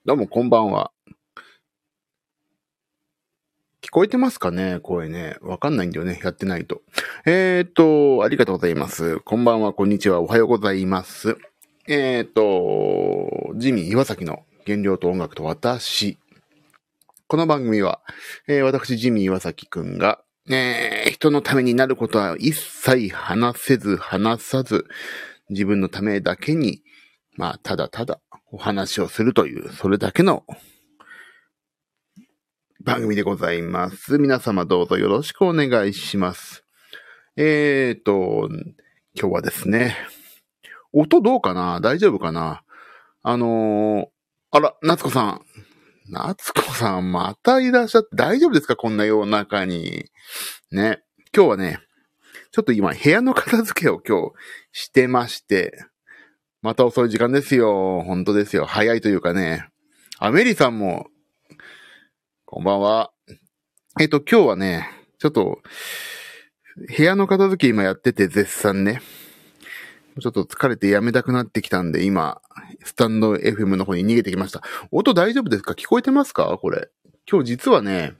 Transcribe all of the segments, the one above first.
どうもこんばんは。聞こえてますかね声ね。わかんないんだよね。やってないと。ありがとうございます。こんばんは、こんにちは、おはようございます。ジミー岩崎の原料と音楽と私。この番組は、私、ジミー岩崎くんが、人のためになることは一切話さず、自分のためだけに、ただただお話をするという、それだけの番組でございます。皆様どうぞよろしくお願いします。今日はですね、音どうかな大丈夫かなあら、夏子さん。夏子さん、またいらっしゃって大丈夫ですかこんな夜中に。ね。今日はね、ちょっと今部屋の片付けを今日してまして、また遅い時間ですよ。本当ですよ。早いというかね。アメリさんも、こんばんは。今日はね、ちょっと、部屋の片付け今やってて絶賛ね。ちょっと疲れてやめたくなってきたんで、今、スタンド FM の方に逃げてきました。音大丈夫ですか聞こえてますかこれ。今日実はね、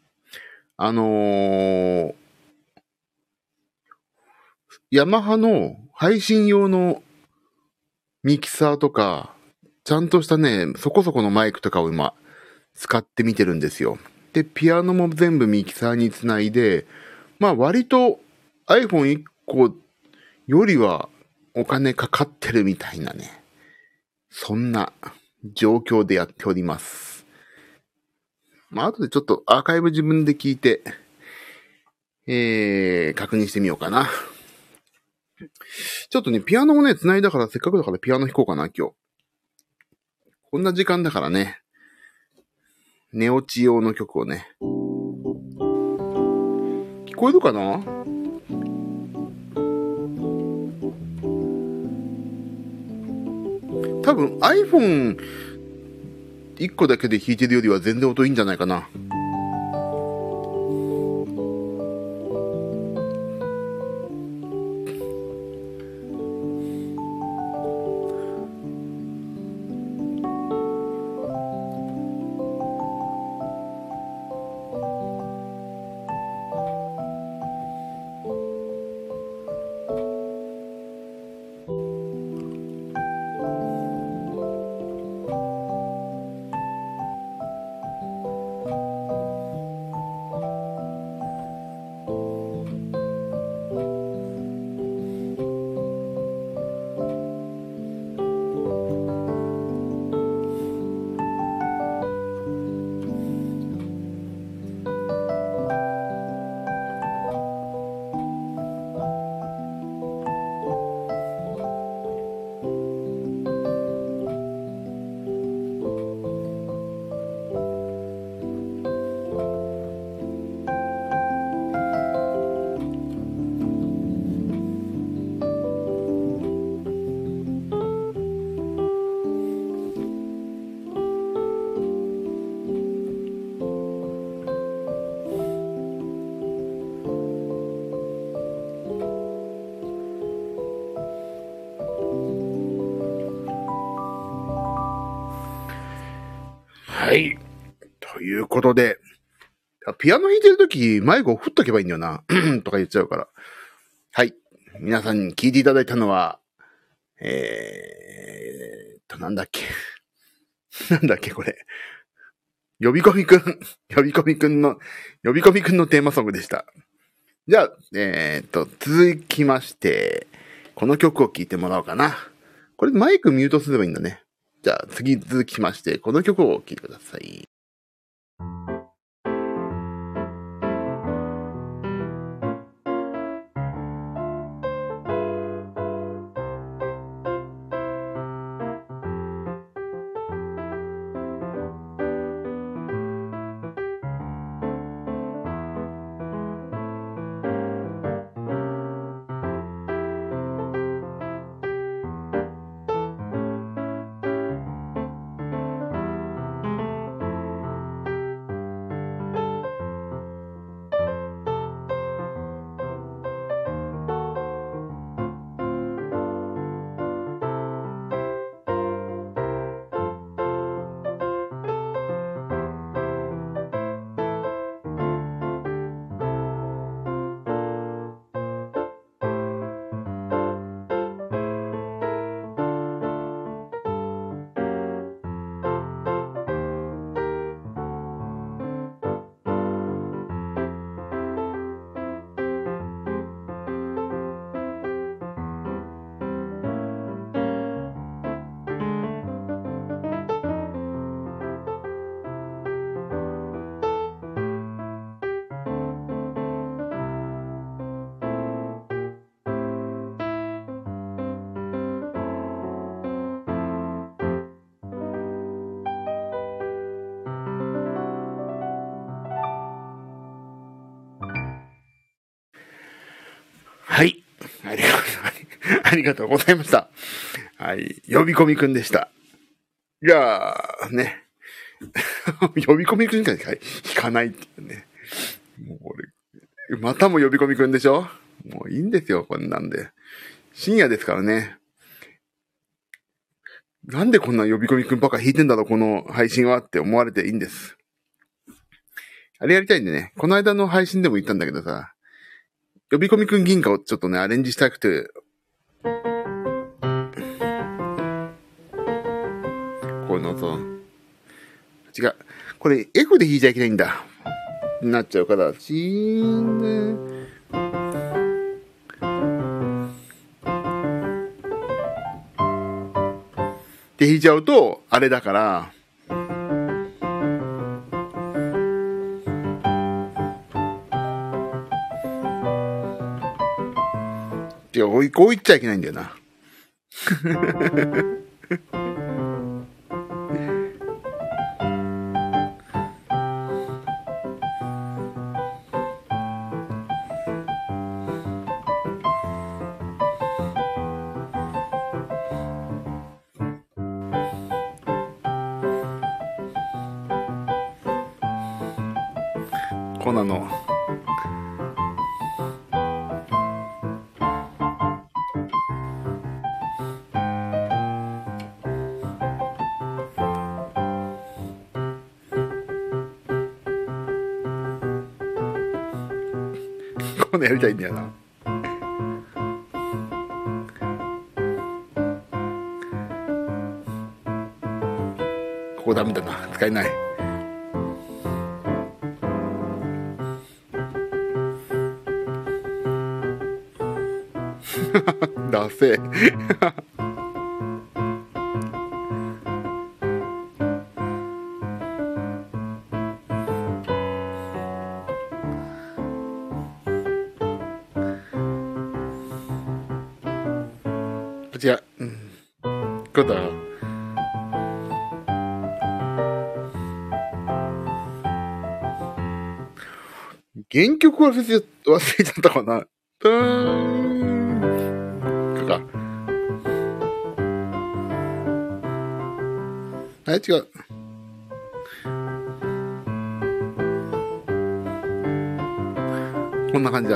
ヤマハの配信用のミキサーとか、ちゃんとしたね、そこそこのマイクとかを今、使ってみてるんですよ。で、ピアノも全部ミキサーにつないで、割と iPhone1 個よりはお金かかってるみたいなね。そんな状況でやっております。後でちょっとアーカイブ自分で聞いて、確認してみようかな。ちょっとね、ピアノもね、繋いだからせっかくだからピアノ弾こうかな、今日。こんな時間だからね。寝落ち用の曲をね。聞こえるかな多分 iPhone 1個だけで弾いてるよりは全然音いいんじゃないかな。はい。ということで、ピアノ弾いてるとき、マイクを振っとけばいいんだよな。とか言っちゃうから。はい。皆さんに聞いていただいたのは、なんだっけ。なんだっけ、これ。呼び込みくんのテーマソングでした。じゃあ、続きまして、この曲を聴いてもらおうかな。これマイクミュートすればいいんだね。じゃあ、続きまして、この曲を聴いてください。 ありがとうございました。はい。呼び込みくんでした。いやー、ね。呼び込みくんしか弾かないっていうね。もう俺、またも呼び込みくんでしょ？もういいんですよ、こんなんで。深夜ですからね。なんでこんな呼び込みくんばっか弾いてんだろう、この配信はって思われていいんです。あれやりたいんでね。この間の配信でも言ったんだけどさ、呼び込みくん銀河をちょっとね、アレンジしたくて、この音。違う。これ F で弾いちゃいけないんだ。なっちゃうから、チーンね。って弾いちゃうと、あれだから、こう言っちゃいけないんだよな。こんなの。こんなやりたいんだよな。ここダメだな。使えない。ダセー。違う。うん。こうだ。原曲忘れちゃったかな。か。あれ違う。こんな感じだ。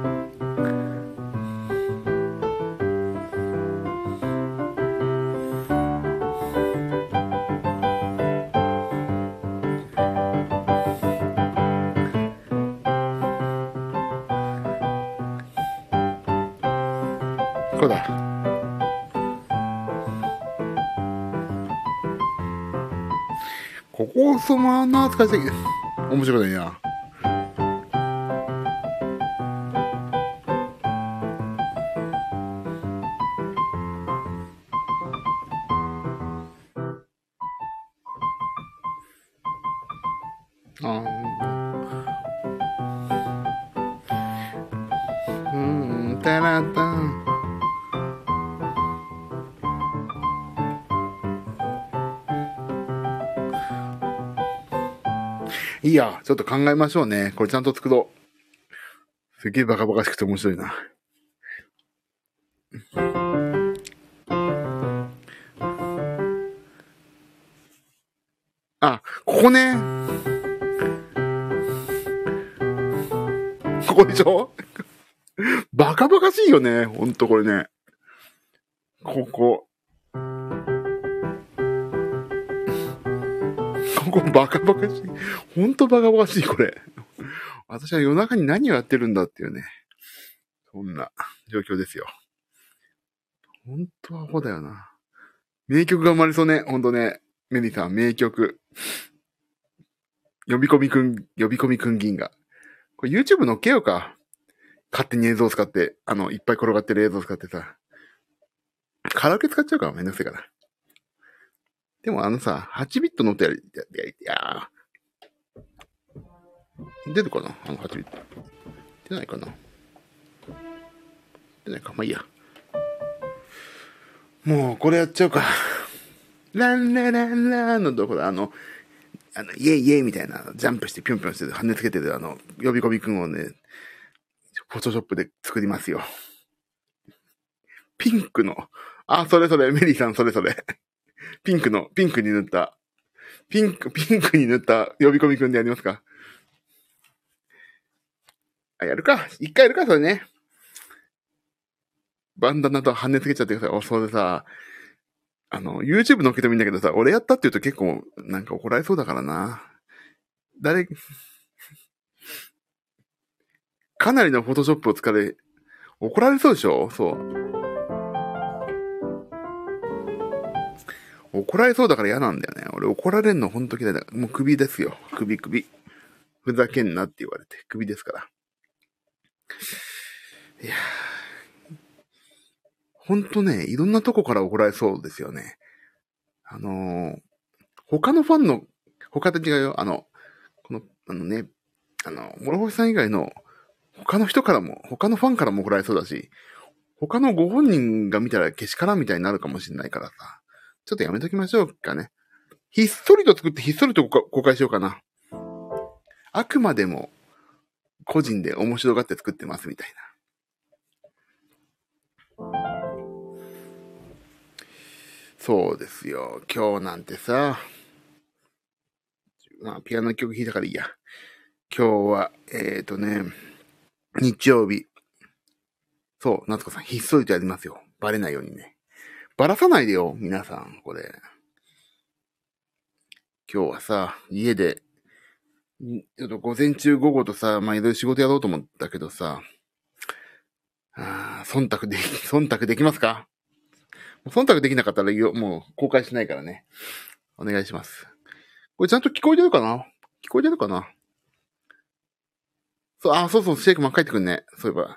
こうだ。ここそのな使いすぎ。面白くないな。タラタン。いいや、ちょっと考えましょうね。これちゃんと作ろう。すげえバカバカしくて面白いな。あ、ここね。ここでしょ？バカバカしいよね。ほんとこれね。ここ。ここバカバカしい。ほんとバカバカしい、これ。私は夜中に何をやってるんだっていうね。そんな状況ですよ。ほんとアホだよな。名曲が生まれそうね。ほんとね。メリーさん、名曲。呼び込みくん銀河。これ YouTube 載っけようか。勝手に映像を使って、いっぱい転がってる映像を使ってさ。カラオケ使っちゃうからめんどくせえから。でもさ、8ビット乗ってや出るかな8ビット。出ないかな出ないか。まあいいや。もう、これやっちゃうか。ランラランランのところ、イエイイエイみたいな、ジャンプしてピョンピョンして跳ねつけてる呼び込みくんをね、フォトショップで作りますよ。 ピンクの。あ、それそれ、メリーさんそれそれ。ピンクに塗った。ピンクに塗った呼び込みくんでやりますか？やるか。一回やるか、それね。バンダナと羽つけちゃってください。それさ、YouTube 載っけてもいいんだけどさ、俺やったって言うと結構、なんか怒られそうだからな。かなりのフォトショップを使れ、怒られそうでしょ？そう。怒られそうだから嫌なんだよね。俺怒られんのほんと嫌いだ。もう首ですよ。首。ふざけんなって言われて。首ですから。いやー、ほんとね、いろんなとこから怒られそうですよね。他のファンの、他って違うよ。諸星さん以外の他の人からも、他のファンからも怒られそうだし、他のご本人が見たらけしからんみたいになるかもしれないからさ。ちょっとやめときましょうかね。ひっそりと作ってひっそりと公開しようかな。あくまでも個人で面白がって作ってますみたいな。そうですよ。今日なんてさ、ピアノ曲弾いたからいいや。今日は、日曜日。そう、夏子さん、ひっそりとやりますよ。バレないようにね。バラさないでよ、皆さん、これ。今日はさ、家で、ちょっと午前中午後とさ、いろいろ仕事やろうと思ったけどさ、忖度できますか？忖度できなかったらもう公開しないからね。お願いします。これちゃんと聞こえてるかな？そう、シェイクマン書いてくんね。そういえば。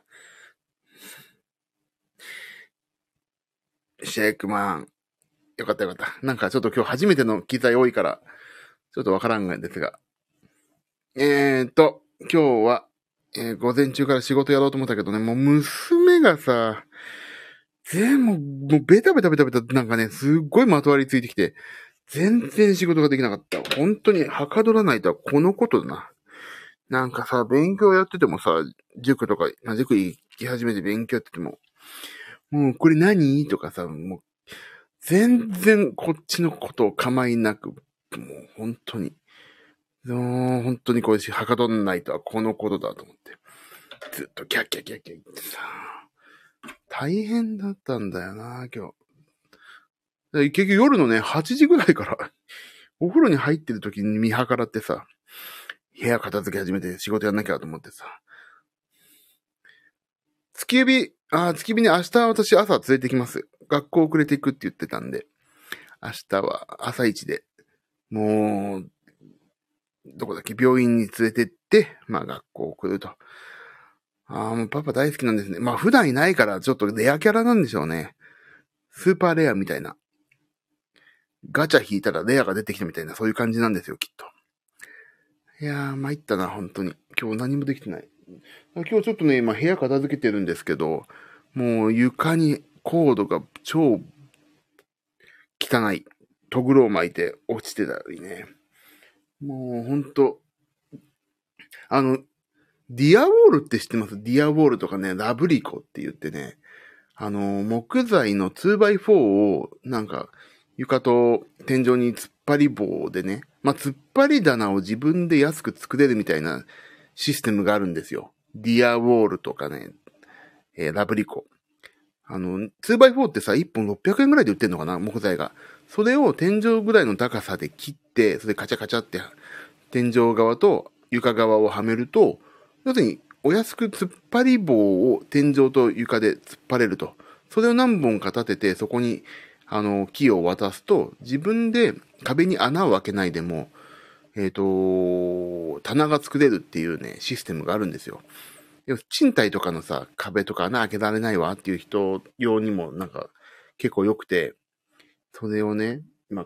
シェイクマン。よかった。なんかちょっと今日初めての機材多いから、ちょっとわからんがですが。今日は、午前中から仕事やろうと思ったけどね、もう娘がさ、もうベタなんかね、すっごいまとわりついてきて、全然仕事ができなかった。本当にはかどらないとはこのことだな。なんかさ、勉強やっててもさ、塾行き始めて勉強やってても、もうこれ何とかさ、もう、全然こっちのことを構いなく、もう本当に、本当にこれはかどんないとはこのことだと思って。ずっとキャッキャ言ってさ、大変だったんだよな、今日。結局夜のね、8時ぐらいからお風呂に入ってる時に見計らってさ、部屋片付け始めて仕事やんなきゃと思ってさ。月指ね、明日私朝連れてきます。学校遅れていくって言ってたんで、明日は朝一で、もう、どこだっけ、病院に連れてって、学校送ると。もうパパ大好きなんですね。普段いないからちょっとレアキャラなんでしょうね。スーパーレアみたいな。ガチャ引いたらレアが出てきたみたいな、そういう感じなんですよ、きっと。いやー、参ったな、本当に。今日何もできてない。今日ちょっとね、今部屋片付けてるんですけど、もう床にコードが超汚い。トグロを巻いて落ちてたりね。もうほんと、ディアウォールって知ってます？ディアウォールとかね、ラブリコって言ってね、木材の 2x4 をなんか床と天井に突っ張り棒でね、突っ張り棚を自分で安く作れるみたいなシステムがあるんですよ。ディアウォールとかね、ラブリコ。2x4 ってさ、1本600円ぐらいで売ってんのかな、木材が。それを天井ぐらいの高さで切って、それでカチャカチャって天井側と床側をはめると、要するにお安く突っ張り棒を天井と床で突っ張れると。それを何本か立てて、そこに木を渡すと、自分で壁に穴を開けないでも、棚が作れるっていうね、システムがあるんですよ。賃貸とかのさ、壁とか穴開けられないわっていう人用にもなんか結構良くて、それをね、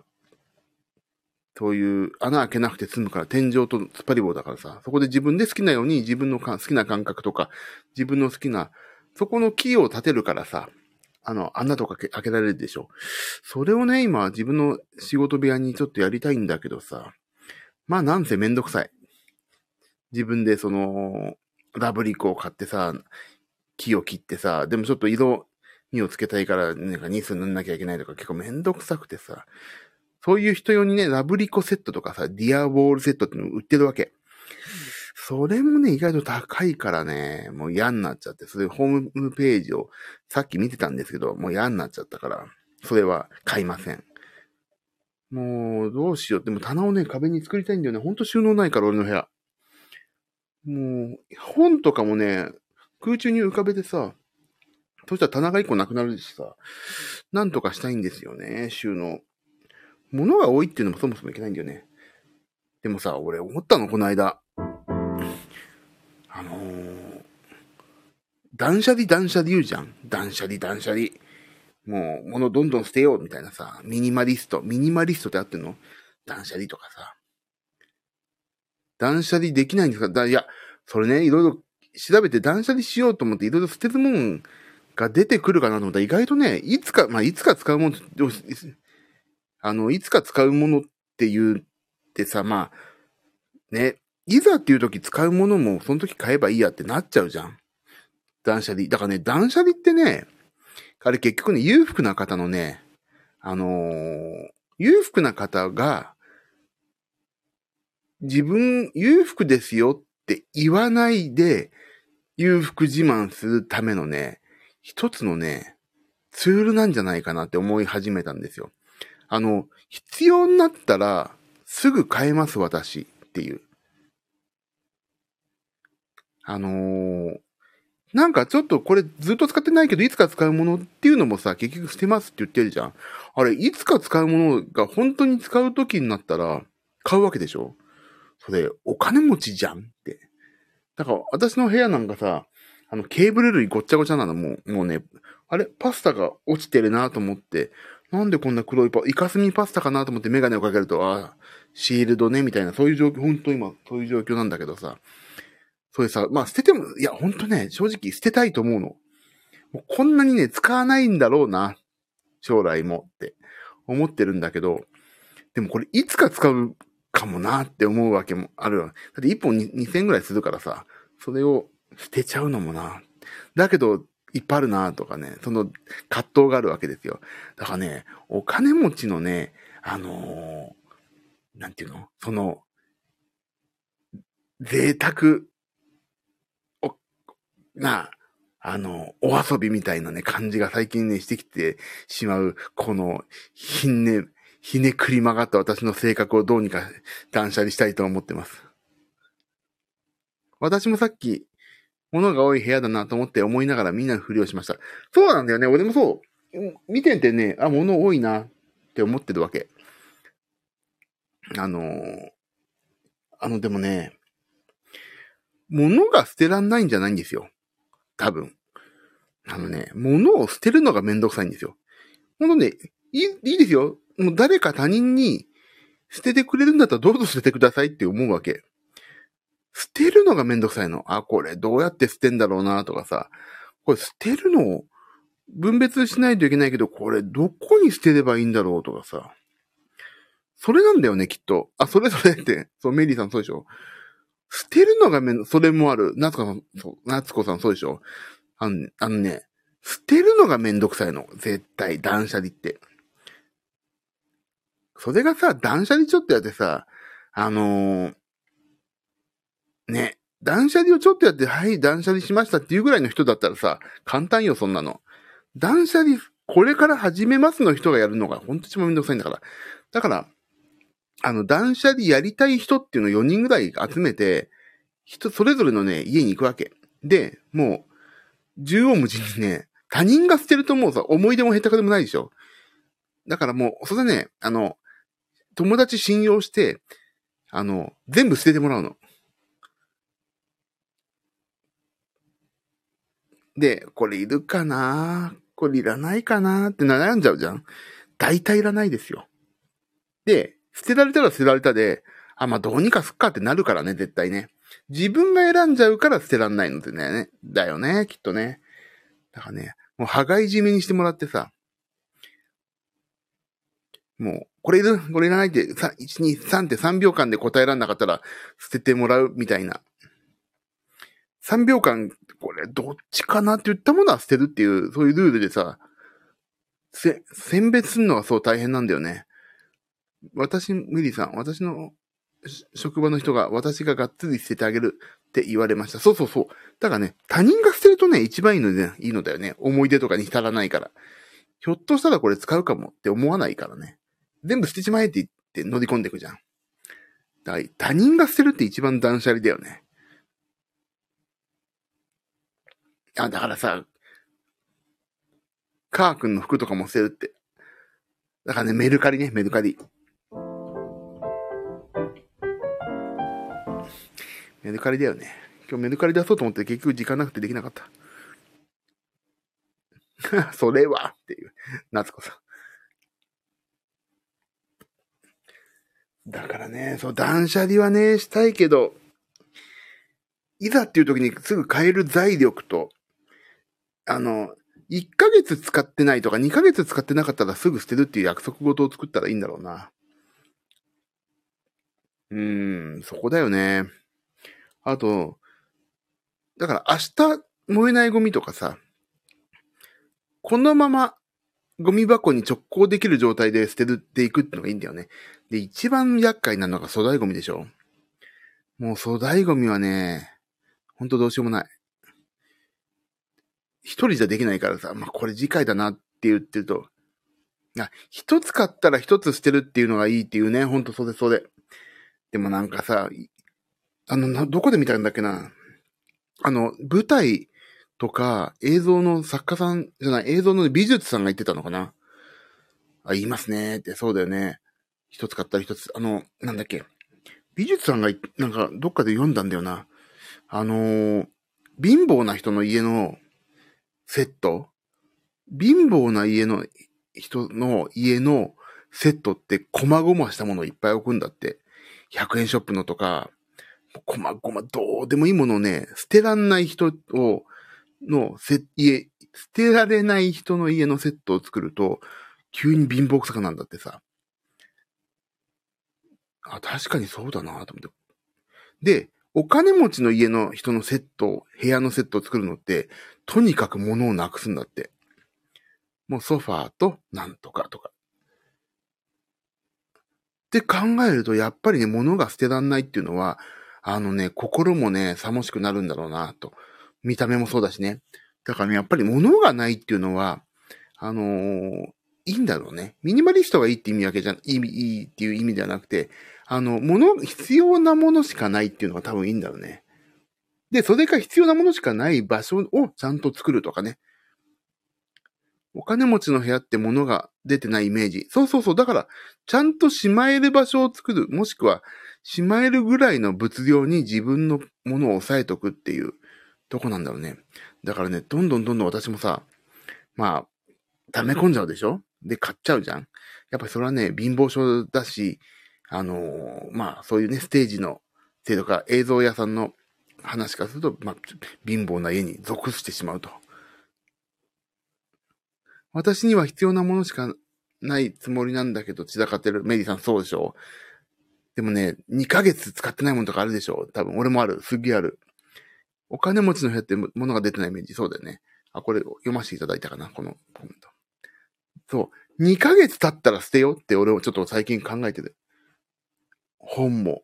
そういう穴開けなくて済むから天井と突っ張り棒だからさ、そこで自分で好きなように自分の好きな感覚とか、自分の好きな、そこの木を立てるからさ、穴とか開けられるでしょ。それをね、今自分の仕事部屋にちょっとやりたいんだけどさ、なんせめんどくさい。自分でラブリコを買ってさ、木を切ってさ、でもちょっと 2をつけたいから、なんか2数塗んなきゃいけないとか結構めんどくさくてさ、そういう人用にね、ラブリコセットとかさ、ディアウォールセットっての売ってるわけ。それもね、意外と高いからね、もう嫌になっちゃって、それホームページをさっき見てたんですけど、もう嫌になっちゃったから、それは買いません。もう、どうしよう。でも棚をね、壁に作りたいんだよね。ほんと収納ないから、俺の部屋。もう、本とかもね、空中に浮かべてさ、そしたら棚が一個なくなるしさ、なんとかしたいんですよね、収納。物が多いっていうのもそもそもいけないんだよね。でもさ、俺思ったの、この間。断捨離言うじゃん。断捨離。もう、物どんどん捨てようみたいなさ、ミニマリストってあってんの？断捨離とかさ。断捨離できないんですか？いや、それね、いろいろ調べて断捨離しようと思っていろいろ捨てるもんが出てくるかなと思ったら意外とね、いつか使うもの、いつか使うものって言ってさ、まあ、ね、いざっていう時使うものもその時買えばいいやってなっちゃうじゃん。断捨離。だからね、断捨離ってね、あれ結局ね、裕福な方のね、裕福な方が、自分裕福ですよって言わないで、裕福自慢するためのね、一つのね、ツールなんじゃないかなって思い始めたんですよ。必要になったら、すぐ買えます私っていう。なんかちょっとこれずっと使ってないけどいつか使うものっていうのもさ、結局捨てますって言ってるじゃん。あれ、いつか使うものが本当に使う時になったら買うわけでしょ？それ、お金持ちじゃんって。だから私の部屋なんかさ、ケーブル類ごっちゃごちゃなのもうね、あれ、パスタが落ちてるなと思って、なんでこんな黒いイカスミパスタかなと思ってメガネをかけると、シールドね、みたいな、そういう状況、本当今、そういう状況なんだけどさ、それさ、まあ捨てても、いや、本当ね、正直捨てたいと思うの。もうこんなにね、使わないんだろうな、将来もって思ってるんだけど、でもこれいつか使うかもなって思うわけもあるわ。だって1本2000円ぐらいするからさ、それを捨てちゃうのもな。だけど、いっぱいあるなとかね、その葛藤があるわけですよ。だからね、お金持ちのね、なんていうの？その、贅沢、な、お遊びみたいなね、感じが最近ね、してきてしまう、この、ひねくり曲がった私の性格をどうにか断捨離したいと思ってます。私もさっき、物が多い部屋だなと思って思いながらみんなのふりをしました。そうなんだよね。俺もそう。見ててね、物多いなって思ってるわけ。でもね、物が捨てらんないんじゃないんですよ。多分。物を捨てるのがめんどくさいんですよ。ほんとね、いいですよ。もう誰か他人に捨ててくれるんだったらどうぞ捨ててくださいって思うわけ。捨てるのがめんどくさいの。これどうやって捨てんだろうなとかさ。これ捨てるのを分別しないといけないけど、これどこに捨てればいいんだろうとかさ。それなんだよね、きっと。それって。そう、メリーさんそうでしょ。捨てるのがそれもある。夏子さんそうでしょ。あのね、捨てるのがめんどくさいの。絶対、断捨離って。それがさ、断捨離ちょっとやってさ、ね、断捨離をちょっとやって、はい、断捨離しましたっていうぐらいの人だったらさ、簡単よ、そんなの。断捨離、これから始めますの人がやるのがほんと一番めんどくさいんだから。だから、断捨離やりたい人っていうのを4人ぐらい集めて、それぞれのね、家に行くわけ。で、もう、縦横無尽にね、他人が捨てるともうさ、思い出もへったくでもないでしょ。だからもう、それね、友達信用して、全部捨ててもらうの。で、これいるかな？これいらないかなって悩んじゃうじゃん。大体いらないですよ。で、捨てられたら捨てられたで、まあ、どうにかすっかってなるからね、絶対ね。自分が選んじゃうから捨てらんないのでね。だよね、きっとね。だからね、もう羽交い締めにしてもらってさ、もう、これいる？これいらないって、1、2、3って3秒間で答えらんなかったら捨ててもらうみたいな。3秒間これどっちかなって言ったものは捨てるっていう、そういうルールでさ、選別するのがそう大変なんだよね。ミリーさん、私の職場の人が私ががっつり捨ててあげるって言われました。そうそうそう。だからね、他人が捨てるとね、一番いいので、いいのだよね。思い出とかに浸らないから。ひょっとしたらこれ使うかもって思わないからね。全部捨てちまえって言って乗り込んでいくじゃん。だから他人が捨てるって一番断捨離だよね。だからさ、カー君の服とかも捨てるって。だからね、メルカリね、メルカリ。メルカリだよね。今日メルカリ出そうと思って結局時間なくてできなかった。それはっていう、夏子さん。だからね、そう、断捨離はね、したいけど、いざっていう時にすぐ買える財力と、1ヶ月使ってないとか2ヶ月使ってなかったらすぐ捨てるっていう約束事を作ったらいいんだろうな。そこだよね。あと、だから明日燃えないゴミとかさ、このままゴミ箱に直行できる状態で捨てるっていくってのがいいんだよね。で、一番厄介なのが粗大ゴミでしょ。もう粗大ゴミはね、ほんとどうしようもない。一人じゃできないからさ、これ次回だなって言ってると、一つ買ったら一つ捨てるっていうのがいいっていうね、ほんとそれそれ。でもなんかさ、どこで見たんだっけな。舞台とか映像の作家さんじゃない、映像の美術さんが言ってたのかな。言いますねって、そうだよね。一つ買ったら一つ、なんだっけ。美術さんが、なんか、どっかで読んだんだよな。貧乏な人の家のセット貧乏な人の家のセットって細々したものをいっぱい置くんだって。100円ショップのとか、細々どうでもいいものをね、捨てらんない人捨てられない人の家のセットを作ると、急に貧乏くさくなんだってさ。確かにそうだなと思って。で、お金持ちの家の人のセット、部屋のセットを作るのって、とにかく物をなくすんだって。もうソファーとなんとかとか。って考えると、やっぱりね、物が捨てらんないっていうのは、心もね、寂しくなるんだろうなと。見た目もそうだしね。だからね、やっぱり物がないっていうのは、いいんだろうね。ミニマリストがいいっていいっていう意味ではなくて、必要なものしかないっていうのが多分いいんだろうね。で、それが必要なものしかない場所をちゃんと作るとかね。お金持ちの部屋って物が出てないイメージ。そうそうそう。だから、ちゃんとしまえる場所を作る。もしくは、しまえるぐらいの物量に自分のものを抑えとくっていうとこなんだろうね。だからね、どんどん私もさ、溜め込んじゃうでしょで、買っちゃうじゃん。やっぱりそれはね、貧乏症だし、そういうね、ステージのせいとか映像屋さんの話からすると、貧乏な家に属してしまうと。私には必要なものしかないつもりなんだけど、散らかってる。メリーさんそうでしょ。でもね、2ヶ月使ってないものとかあるでしょ。多分、俺もある。すっげえある。お金持ちの部屋って物が出てないイメージ。そうだよね。これ読ませていただいたかな、このコメント。そう。2ヶ月経ったら捨てようって俺もちょっと最近考えてる。本も。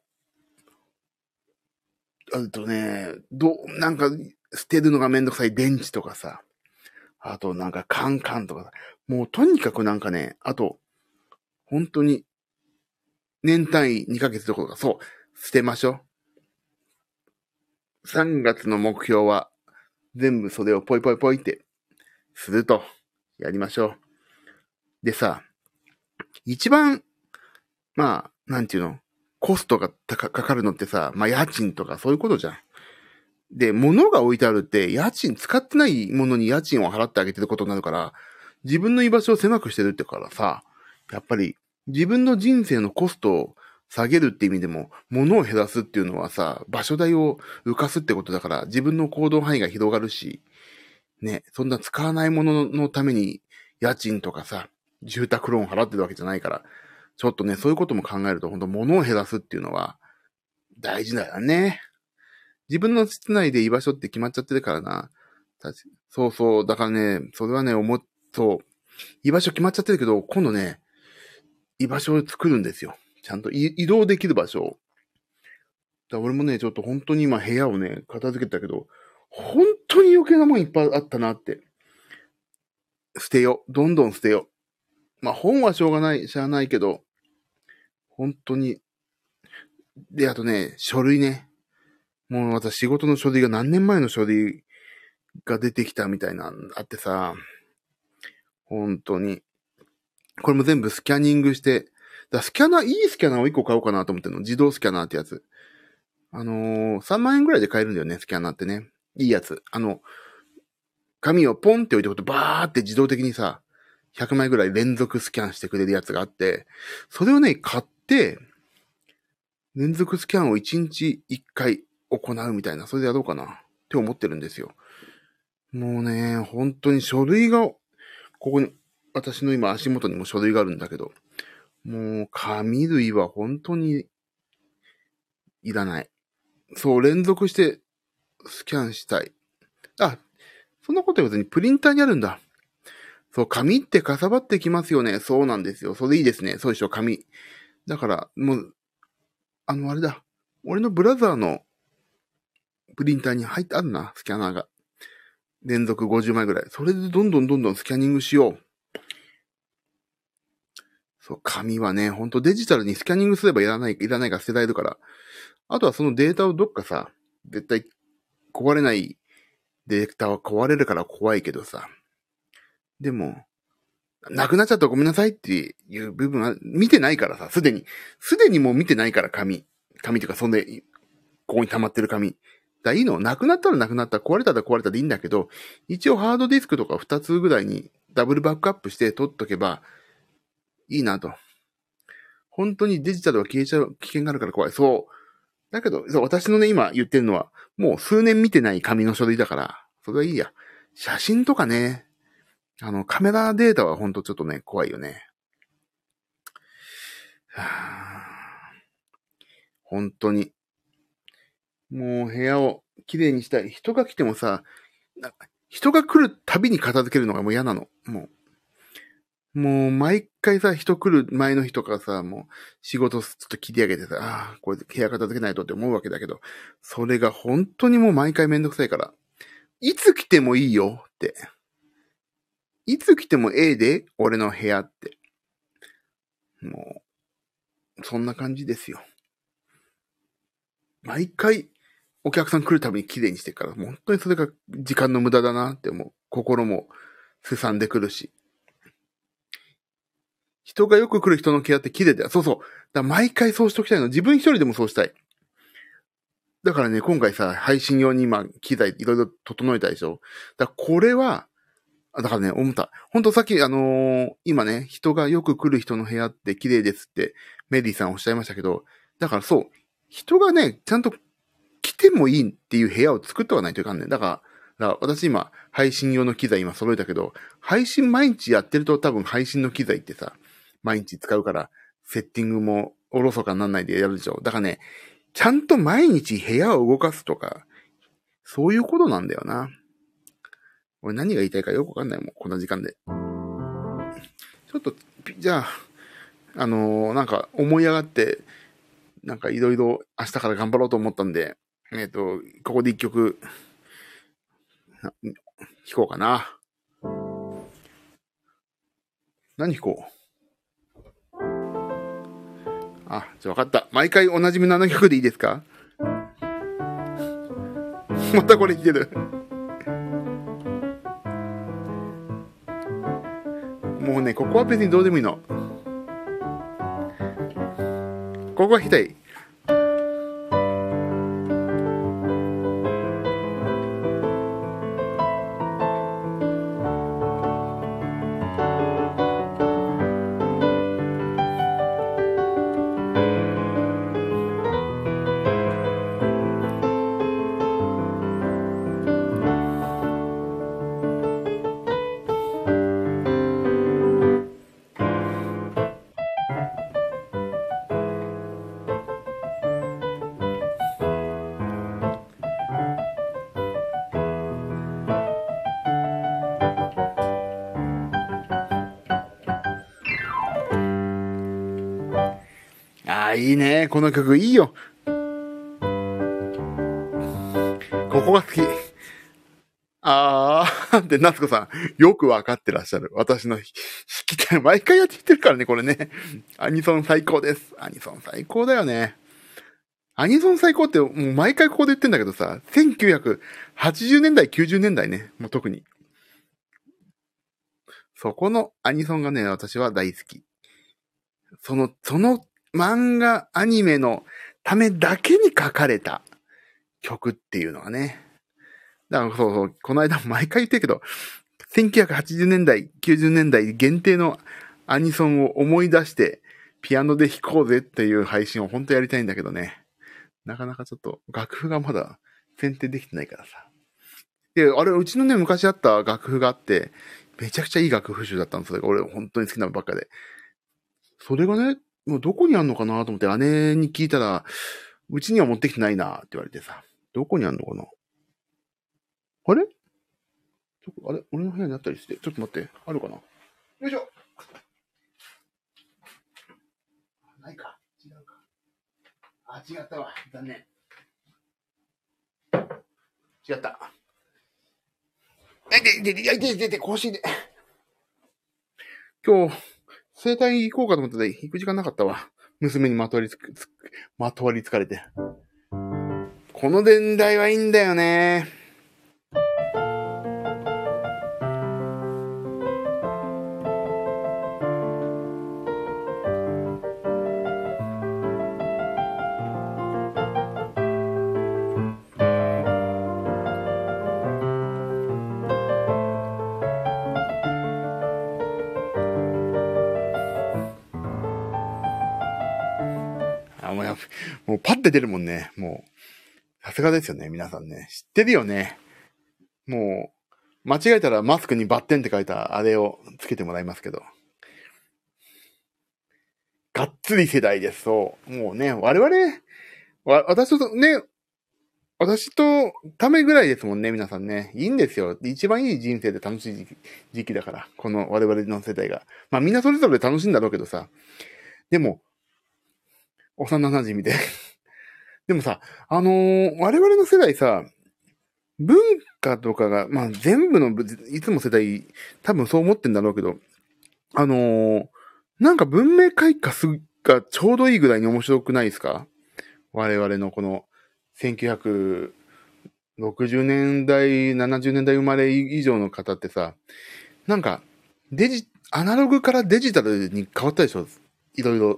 なんか、捨てるのがめんどくさい電池とかさ。あとなんかカンカンとかさ。もうとにかくなんかね、あと、本当に、年単位2ヶ月どころか、そう、捨てましょう。3月の目標は、全部それをポイポイポイって、すると、やりましょう。でさ、一番、なんていうのコストがかかるのってさ、家賃とかそういうことじゃん。で、物が置いてあるって、使ってないものに家賃を払ってあげてることになるから、自分の居場所を狭くしてるってからさ、やっぱり自分の人生のコストを下げるって意味でも、物を減らすっていうのはさ、場所代を浮かすってことだから、自分の行動範囲が広がるし、ね、そんな使わないもののために家賃とかさ、住宅ローン払ってるわけじゃないから、ちょっとね、そういうことも考えると、本当物を減らすっていうのは大事だよね。 自分の室内で居場所って決まっちゃってるからな。そうそう。だからね、それはね、そう。居場所決まっちゃってるけど、今度ね、居場所を作るんですよ。ちゃんと移動できる場所を。俺もね、ちょっと本当に今部屋をね、片付けたけど、本当に余計なもんいっぱいあったなって。捨てよ。どんどん捨てよ。まあ本はしゃあないけど、本当に。で、あとね、書類ね。もう私仕事の書類が何年前の書類が出てきたみたいなのあってさ、本当に。これも全部スキャニングして、スキャナー、いいスキャナーを1個買おうかなと思ってるの。自動スキャナーってやつ。3万円ぐらいで買えるんだよね、スキャナーってね。いいやつ。紙をポンって置いておくとバーって自動的にさ、100枚ぐらい連続スキャンしてくれるやつがあって、それをね、買って、連続スキャンを1日1回行うみたいな、それでやろうかなって思ってるんですよ。もうね、本当に書類が、ここに、私の今足元にも書類があるんだけど、もう紙類は本当にいらない。そう、連続してスキャンしたい。あ、そんなこと言わずにプリンターにあるんだ。そう、紙ってかさばってきますよね。そうなんですよ。それいいですね。そうでしょ、紙。だから、もう、あれだ。俺のブラザーのプリンターに入ってあるな、スキャナーが。連続50枚ぐらい。それでどんどんスキャニングしよう。そう、紙はね、ほんとデジタルにスキャニングすればいらないか捨てられるから。あとはそのデータをどっかさ、絶対壊れないデータは壊れるから怖いけどさ。でも、なくなっちゃったらごめんなさいっていう部分は見てないからさ、すでにもう見てないから紙というかそんで、ここに溜まってる紙。いいのなくなったらなくなった、壊れたら壊れたでいいんだけど、一応ハードディスクとか2つぐらいにダブルバックアップして取っとけばいいなと。本当にデジタルは消えちゃう危険があるから怖い。そう。だけど、そう、私のね、今言ってるのは、もう数年見てない紙の書類だから、それはいいや。写真とかね、カメラデータはほんとちょっとね、怖いよね。本当に。もう部屋をきれいにしたい。人が来てもさ、人が来るたびに片付けるのがもう嫌なの。もう毎回さ、人来る前の日とかさ、もう仕事ちょっと切り上げてさ、これ部屋片付けないとって思うわけだけど、それが本当にもう毎回めんどくさいから、いつ来てもいいよって。いつ来てもええで、俺の部屋って。もう、そんな感じですよ。毎回、お客さん来るたびに綺麗にしてるから、もう本当にそれが時間の無駄だなって思う。心もすさんでくるし。人がよく来る人のケアって綺麗だよ。そうそう。だ毎回そうしときたいの。自分一人でもそうしたい。だからね、今回さ、配信用に今、機材いろいろ整えたでしょ。だからこれは、だからね、思った。ほんとさっき、今ね、人がよく来る人の部屋って綺麗ですって、メリーさんおっしゃいましたけど、だからそう、人がね、ちゃんと来てもいいっていう部屋を作っておかないといかんねん。だから私今、配信用の機材今揃えたけど、配信毎日やってると多分配信の機材ってさ、毎日使うから、セッティングもおろそかになんないでやるでしょ。だからね、ちゃんと毎日部屋を動かすとか、そういうことなんだよな。俺何が言いたいかよくわかんないもん、こんな時間で。ちょっと、じゃあ、なんか思い上がって、なんかいろいろ明日から頑張ろうと思ったんで、ここで一曲、弾こうかな。何弾こう。あ、じゃあ分かった。毎回おなじみのあの曲でいいですか？またこれ弾ける。もうね、ここは別にどうでもいいの。ここは弾きたい。 いいね。この曲いいよ。ここが好き。で、夏子さん、よくわかってらっしゃる。私の弾きたい。毎回やってきてるからね、これね。アニソン最高です。アニソン最高だよね。アニソン最高って、もう毎回ここで言ってんだけどさ、1980年代、90年代ね、もう特に。そこのアニソンがね、私は大好き。その漫画、アニメのためだけに書かれた曲っていうのはね。だからそう、この間も毎回言ってるけど、1980年代、90年代限定のアニソンを思い出して、ピアノで弾こうぜっていう配信を本当やりたいんだけどね。なかなかちょっと楽譜がまだ選定できてないからさ。で、あれ、うちのね、昔あった楽譜があって、めちゃくちゃいい楽譜集だったんですよ。俺、本当に好きなのばっかで。それがね、もうどこにあんのかなと思って姉に聞いたら、うちには持ってきてないなって言われてさ。どこにあんのかなあれ俺の部屋にあったりして。ちょっと待って。あるかなよいしょ。ないか。違うか。違ったわ。残念。違った。更新で。今日、整体行こうかと思ってて、行く時間なかったわ。娘にまとわりつかれて。この年代はいいんだよね。もうパッて出るもんね。もう、さすがですよね、皆さんね。知ってるよね。もう、間違えたらマスクにバッテンって書いたあれをつけてもらいますけど。がっつり世代です、そう。もうね、私とためぐらいですもんね、皆さんね。いいんですよ。一番いい人生で楽しい時期だから。この我々の世代が。まあみんなそれぞれ楽しいんだろうけどさ。でも、幼馴染で。でもさ、我々の世代さ、文化とかが、まあ全部の、いつも世代、多分そう思ってんだろうけど、なんか文明開化がちょうどいいぐらいに面白くないですか？我々のこの1960年代、70年代生まれ以上の方ってさ、なんかアナログからデジタルに変わったでしょ？いろいろ。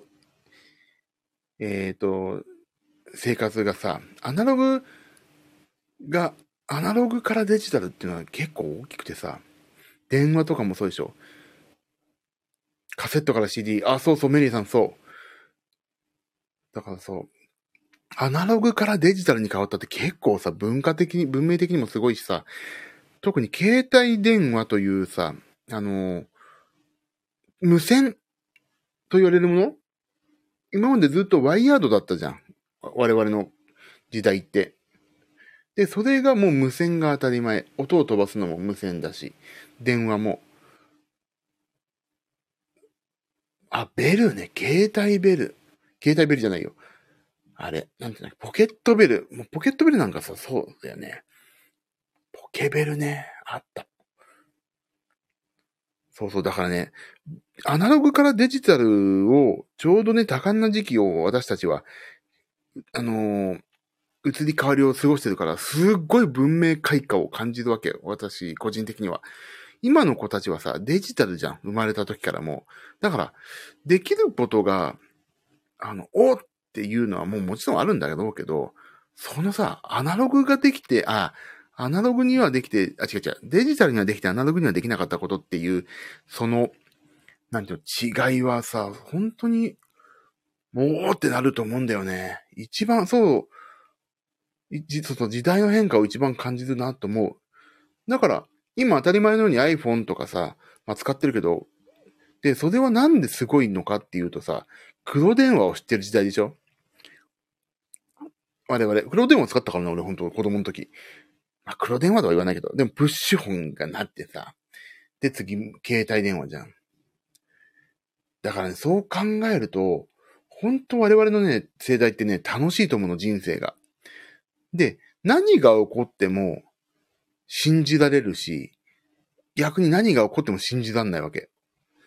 生活がさ、が、アナログからデジタルっていうのは結構大きくてさ、電話とかもそうでしょ？カセットから CD、そうそう、メリーさんそう。だからそう、アナログからデジタルに変わったって結構さ、文明的にもすごいしさ、特に携帯電話というさ、無線と言われるもの今までずっとワイヤードだったじゃん。我々の時代って。で、それがもう無線が当たり前。音を飛ばすのも無線だし、電話も。ベルね。携帯ベルじゃないよ。あれ、なんていうの、ポケットベル。もうポケットベルなんかさ、そうだよね。ポケベルね。あった。そうそう、だからね、アナログからデジタルを、ちょうどね、多感な時期を私たちは、移り変わりを過ごしてるから、すっごい文明開化を感じるわけよ。私、個人的には。今の子たちはさ、デジタルじゃん。生まれた時からもう。だから、できることが、おっていうのはもうもちろんあるんだけど、そのさ、アナログができて、アナログにはできて、違う違う、デジタルにはできてアナログにはできなかったことっていう、その、なんていうの、違いはさ、本当に、もうってなると思うんだよね。一番、そう時代の変化を一番感じるなと思う。だから、今当たり前のように iPhone とかさ、使ってるけど、で、それはなんですごいのかっていうとさ、黒電話を知ってる時代でしょ？我々、黒電話使ったからね、俺本当子供の時。黒電話とは言わないけど、でもプッシュ本がなってさ、で次、携帯電話じゃん。だからね、そう考えると、 本当我々のね、世代ってね、楽しいと思うの、人生が。で、何が起こっても信じられるし、逆に何が起こっても信じられないわけ。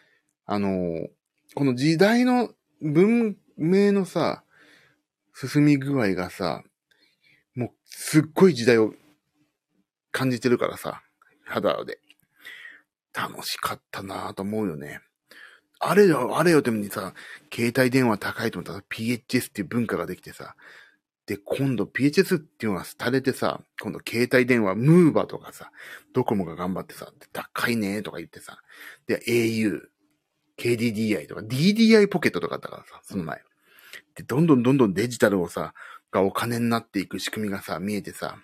この時代の文明のさ、進み具合がさ、もうすっごい時代を感じてるからさ、肌で。楽しかったなぁと思うよね。あれよ、あれよってにさ、携帯電話高いと思ったら PHS っていう文化ができてさ、で、今度 PHS っていうのが廃れてさ、今度携帯電話、ムーバとかさ、ドコモが頑張ってさ、高いねとか言ってさ、で、au、KDDI とか DDI ポケットとかあったからさ、その前。で、どんどんデジタルをさ、がお金になっていく仕組みがさ、見えてさ、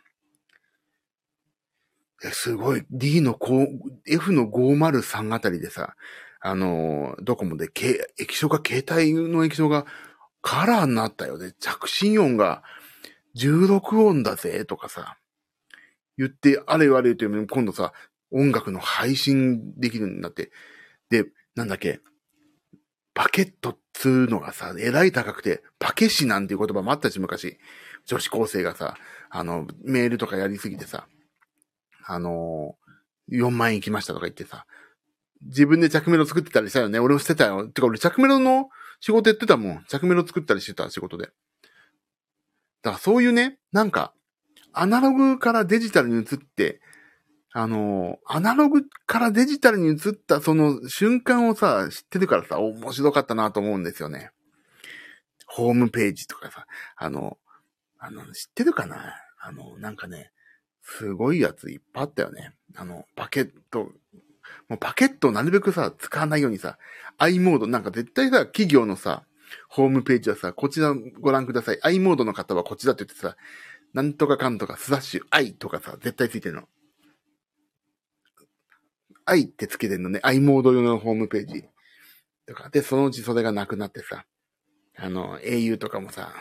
すごい、F の503あたりでさ、ドコモで、液晶の液晶がカラーになったよね。着信音が16音だぜ、とかさ、言って、あれよあれよという、今度さ、音楽の配信できるようになって、で、なんだっけ、パケットっつうのがさ、えらい高くて、パケシなんていう言葉もあったし、昔、女子高生がさ、メールとかやりすぎてさ、4万円行きましたとか言ってさ、自分で着メロ作ってたりしたよね。俺もしてたよ。てか俺着メロの仕事やってたもん。着メロ作ったりしてた仕事で。だからそういうね、なんか、アナログからデジタルに移って、アナログからデジタルに移ったその瞬間をさ、知ってるからさ、面白かったなと思うんですよね。ホームページとかさ、知ってるかななんかね、すごいやついっぱいあったよね。パケット、もうパケットをなるべくさ、使わないようにさ、i モード、なんか絶対さ、企業のさ、ホームページはさ、こちらご覧ください。i モードの方はこちらって言ってさ、なんとかかんとかスラッシュ i とかさ、絶対ついてるの。i ってつけてるのね。i モード用のホームページ。とか。で、そのうちそれがなくなってさ、au とかもさ、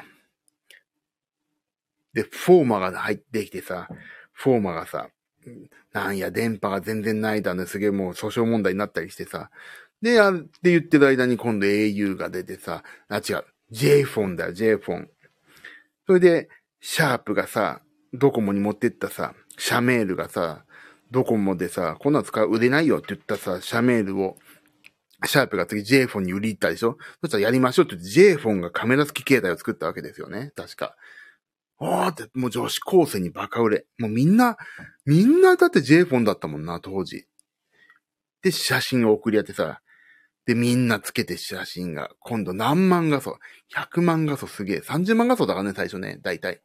で、フォーマが入ってきてさ、フォーマがさ、なんや、電波が全然ないだね、すげえもう訴訟問題になったりしてさ。で、って言ってる間に今度 au が出てさ、違う、J フォンだよ、J フォン。それで、シャープがさ、ドコモに持ってったさ、シャメールがさ、ドコモでさ、こんなの売れないよって言ったさ、シャメールを、シャープが次 J フォンに売り行ったでしょ。そしたらやりましょうって言って J フォンがカメラ付き携帯を作ったわけですよね。確か。って、もう女子高生にバカ売れ。もうみんなだって J フォンだったもんな、当時。で、写真を送り合ってさ、で、みんなつけて写真が、今度何万画素 ?100 万画素すげえ。30万画素だからね、最初ね、大体。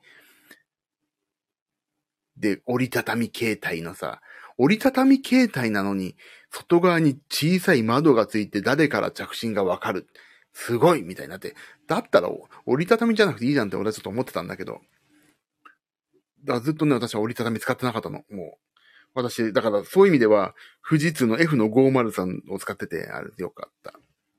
で、折りたたみ携帯のさ、折りたたみ携帯なのに、外側に小さい窓がついて誰から着信がわかる。すごいみたいになって。だったら折りたたみじゃなくていいじゃんって俺はちょっと思ってたんだけど。だからずっとね、私は折りたたみ使ってなかったの。もう。私、だからそういう意味では、富士通の F の503を使ってて、あれよかった。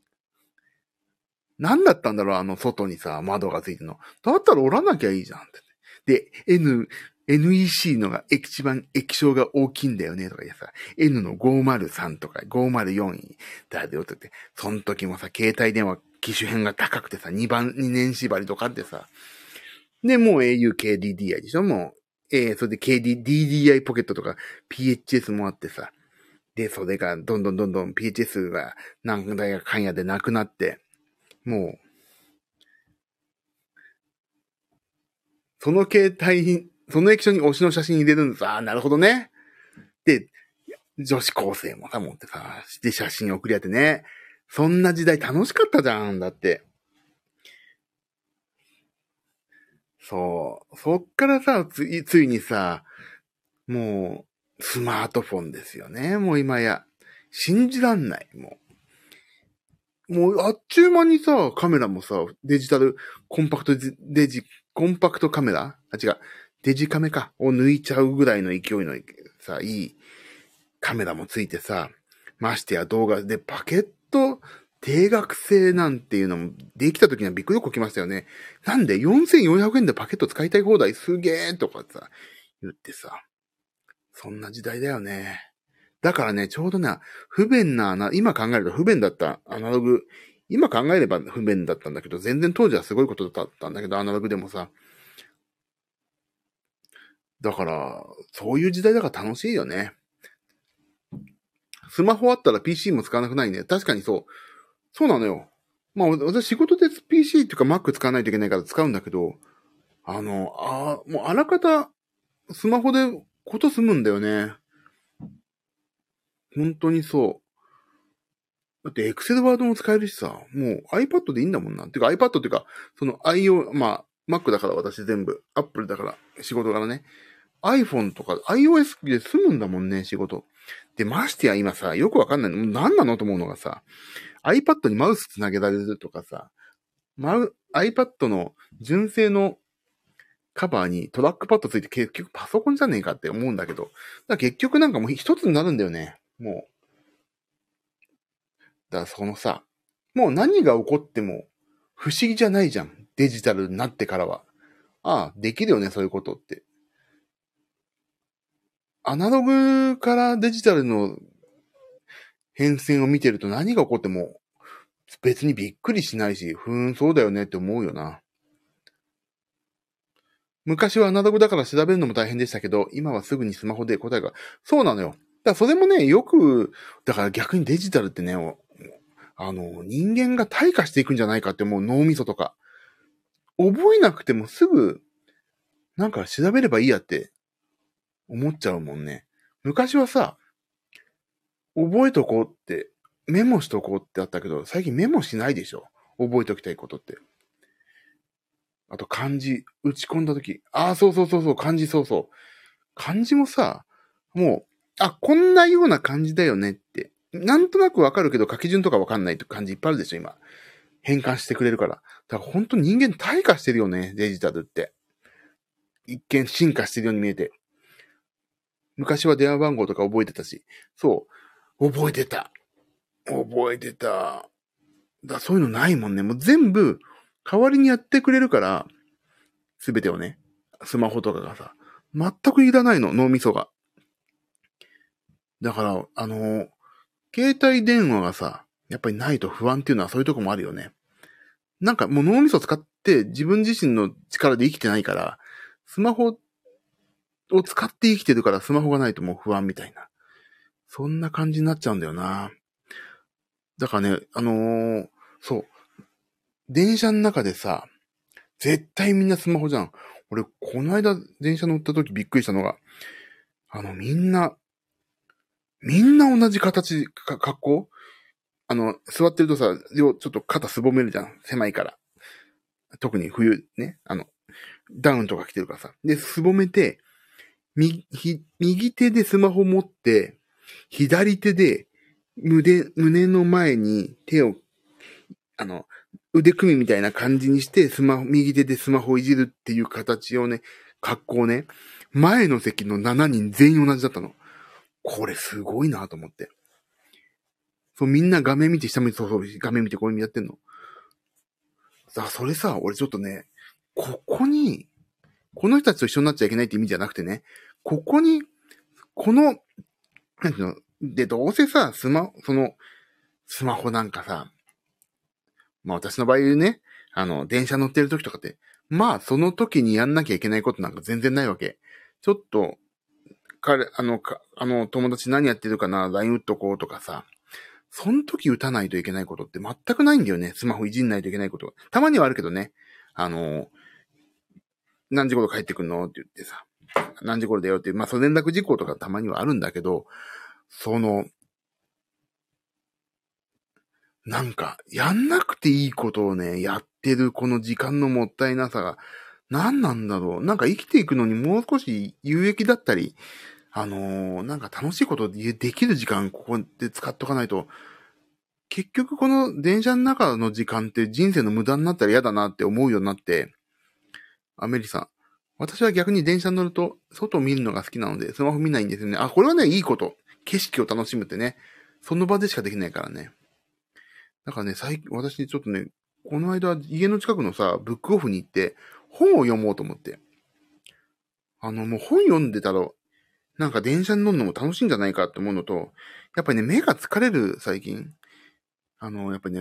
何だったんだろう、外にさ、窓がついてるの。だったら折らなきゃいいじゃんって。で、NEC のが一番液晶が大きいんだよねとか言ってさ、N の503とか504だよって言って、その時もさ、携帯電話機種編が高くてさ、2年縛りとかってさ、で、もう au KDDI でしょもう、それで DDI ポケットとか PHS もあってさ、で、それがどんどん PHS が何台かんやでなくなって、もう、その液晶に推しの写真入れるんです。なるほどね。で、女子高生もさ、持ってさ、で、写真送り合ってね。そんな時代楽しかったじゃん、だって。そう。そっからさ、ついにさ、もう、スマートフォンですよね。もう今や。信じらんない、もう。もう、あっちゅう間にさ、カメラもさ、デジタル、コンパクトコンパクトカメラ違う。デジカメか。を抜いちゃうぐらいの勢いのさ、いいカメラもついてさ、ましてや動画でパケット定額制なんていうのもできた時にはびっくりこきましたよね。なんで4400円でパケット使いたい放題すげーとかさ、言ってさ、そんな時代だよね。だからね、ちょうどね、今考えると不便だったアナログ今考えれば不便だったんだけど、全然当時はすごいことだったんだけど、アナログでもさ。だから、そういう時代だから楽しいよね。スマホあったら PC も使わなくないね。確かにそう。そうなのよ。まあ、私仕事で PC っていうか Mac 使わないといけないから使うんだけど、もうあらかたスマホでこと済むんだよね。本当にそう。だって Excel ワードも使えるしさ、もう iPad でいいんだもんな。てか iPad っていうか、その まあ、Mac だから私全部、Apple だから仕事からね。iPhone とか iOS で済むんだもんね、仕事。で、ましてや今さ、よくわかんないの。何なのと思うのがさ、iPad にマウスつなげられるとかさ、iPad の純正のカバーにトラックパッドついて結局パソコンじゃねえかって思うんだけど、だから結局なんかもう一つになるんだよね。もう。だからそのさ、もう何が起こっても不思議じゃないじゃん。デジタルになってからは。ああ、できるよね、そういうことって。アナログからデジタルの変遷を見てると何が起こっても別にびっくりしないし、そうだよねって思うよな。昔はアナログだから調べるのも大変でしたけど、今はすぐにスマホで答えが。そうなのよ。だからそれもね、だから逆にデジタルってね、人間が退化していくんじゃないかって思う脳みそとか。覚えなくてもすぐ、なんか調べればいいやって思っちゃうもんね。昔はさ、覚えとこうって、メモしとこうってあったけど、最近メモしないでしょ。覚えときたいことって。あと漢字、打ち込んだとき。そう、漢字そうそう。漢字もさ、もう、こんなような感じだよねって。なんとなくわかるけど書き順とかわかんないって感じいっぱいあるでしょ、今。変換してくれるから。だから本当に人間退化してるよね、デジタルって。一見進化してるように見えて。昔は電話番号とか覚えてたし。そう。覚えてた。覚えてた。そういうのないもんね。もう全部、代わりにやってくれるから、すべてをね。スマホとかがさ。全くいらないの、脳みそが。だから、携帯電話がさ、やっぱりないと不安っていうのはそういうとこもあるよね。なんかもう脳みそ使って自分自身の力で生きてないから、スマホを使って生きてるからスマホがないともう不安みたいな。そんな感じになっちゃうんだよな。だからね、そう。電車の中でさ、絶対みんなスマホじゃん。俺、この間電車乗った時びっくりしたのが、みんな同じ格好座ってるとさ、ちょっと肩すぼめるじゃん。狭いから。特に冬ね。ダウンとか着てるからさ。で、すぼめて、右手でスマホ持って、左手で胸の前に手を、腕組みみたいな感じにして、右手でスマホをいじるっていう形をね、格好ね、前の席の7人全員同じだったの。これすごいなと思って。そう、みんな画面見て下見て、画面見てこういうやってんの。それさ、俺ちょっとね、この人たちと一緒になっちゃいけないって意味じゃなくてね、この、なんていうの、で、どうせさ、スマホなんかさ、まあ私の場合ね、電車乗ってる時とかって、まあその時にやんなきゃいけないことなんか全然ないわけ。ちょっと、友達何やってるかな、LINE 打っとこうとかさ、その時打たないといけないことって全くないんだよね。スマホいじんないといけないことが。たまにはあるけどね。何時頃帰ってくんのって言ってさ、何時頃だよっていう、まあ、その連絡事項とかたまにはあるんだけど、なんか、やんなくていいことをね、やってるこの時間のもったいなさが、何なんだろう。なんか生きていくのにもう少し有益だったり、なんか楽しいことできる時間ここで使っとかないと、結局この電車の中の時間って人生の無駄になったら嫌だなって思うようになって、アメリさん。私は逆に電車に乗ると、外を見るのが好きなので、スマホ見ないんですよね。これはね、いいこと。景色を楽しむってね。その場でしかできないからね。だからね、私ちょっとね、この間、家の近くのさ、ブックオフに行って、本を読もうと思って。もう本読んでたら、なんか電車に乗るのも楽しいんじゃないかって思うのと、やっぱりね、目が疲れる、最近。やっぱりね、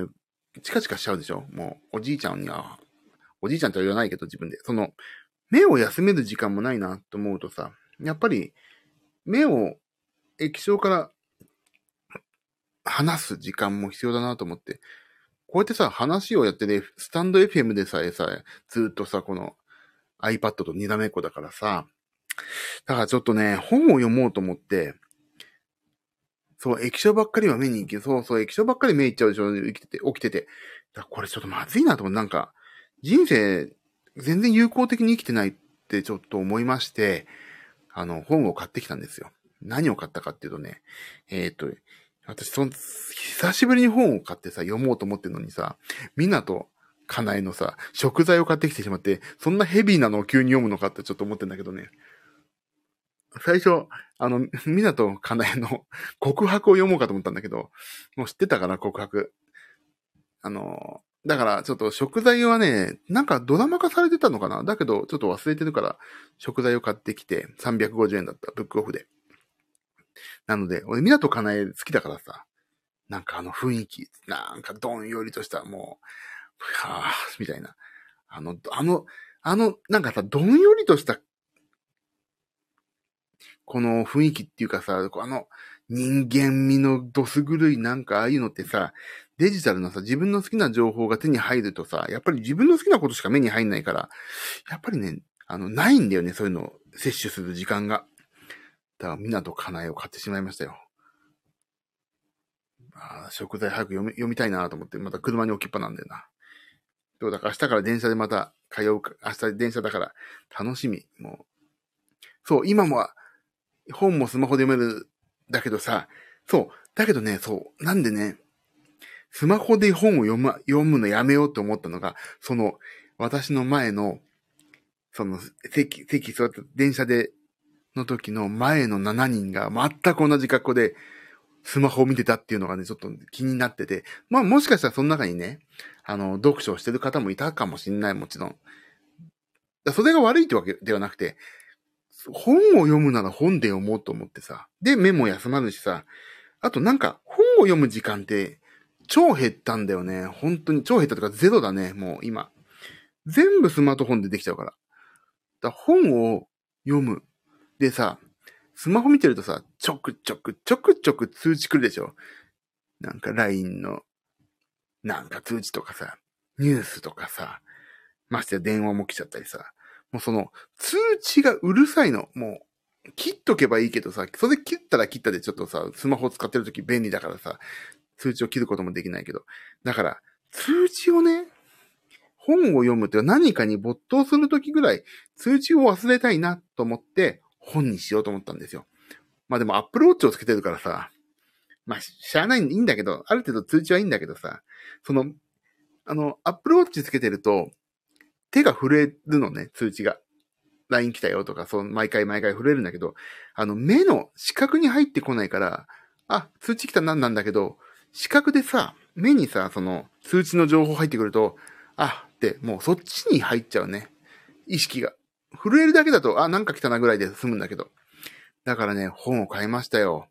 チカチカしちゃうでしょ。もう、おじいちゃんとは言わないけど自分で。目を休める時間もないなと思うとさ、やっぱり、目を液晶から離す時間も必要だなと思って。こうやってさ、話をやってね、スタンド FM でさえさ、ずっとさ、この iPad とにらめっこだからさ、だからちょっとね、本を読もうと思って、そう、液晶ばっかりは目に行き、液晶ばっかり目いっちゃうでしょ、起きてて。だからこれちょっとまずいなと思って、なんか、人生、全然有効的に生きてないってちょっと思いまして、本を買ってきたんですよ。何を買ったかっていうとね、私、久しぶりに本を買ってさ、読もうと思ってるのにさ、みなとかなえのさ、食材を買ってきてしまって、そんなヘビーなのを急に読むのかってちょっと思ってんだけどね。最初、みなとかなえの告白を読もうかと思ったんだけど、もう知ってたかな、告白。だからちょっと食材はね、なんかドラマ化されてたのかな、だけどちょっと忘れてるから食材を買ってきて350円だった、ブックオフで。なので、俺、みなとかなえ好きだからさ、なんか雰囲気、なんかどんよりとした、もう、はぁ、みたいな。なんかさ、どんよりとしたこの雰囲気っていうかさ、人間味のどす黒いなんかああいうのってさ、デジタルのさ、自分の好きな情報が手に入るとさ、やっぱり自分の好きなことしか目に入んないから、やっぱりね、ないんだよね、そういうのを摂取する時間が。だから、みなとかなえを買ってしまいましたよ。食材早く読みたいなと思って、また車に置きっぱなんだよな。だから明日から電車でまた通うか、明日電車だから楽しみ。もう。そう、今も本もスマホで読める。だけどさ、そう、だけどね、そう、なんでね、スマホで本を読むのやめようと思ったのが、私の前の、座った電車で、の時の前の7人が全く同じ格好で、スマホを見てたっていうのがね、ちょっと気になってて、まあもしかしたらその中にね、読書をしてる方もいたかもしんない、もちろん。それが悪いってわけではなくて、本を読むなら本で読もうと思ってさ。で、目も休まるしさ。あとなんか、本を読む時間って、超減ったんだよね。本当に超減ったとかゼロだね、もう今。全部スマートフォンでできちゃうから。本を読む。でさ、スマホ見てるとさ、ちょくちょく通知来るでしょ。なんか LINE の、なんか通知とかさ、ニュースとかさ、ましてや電話も来ちゃったりさ。もう通知がうるさいの。もう、切っとけばいいけどさ、それ切ったら切ったでちょっとさ、スマホ使ってるとき便利だからさ、通知を切ることもできないけど。だから、通知をね、本を読むっていうか何かに没頭するときぐらい通知を忘れたいなと思って本にしようと思ったんですよ。まあでもアップルウォッチをつけてるからさ、まあしゃあないいいんだけど、ある程度通知はいいんだけどさ、アップルウォッチつけてると手が震えるのね、通知が。LINE 来たよとか、毎回震えるんだけど、目の視覚に入ってこないから、通知来たなんだけど、視覚でさ、目にさ、通知の情報入ってくると、って、もうそっちに入っちゃうね。意識が。震えるだけだと、なんか来たなぐらいで済むんだけど。だからね、本を買いましたよ。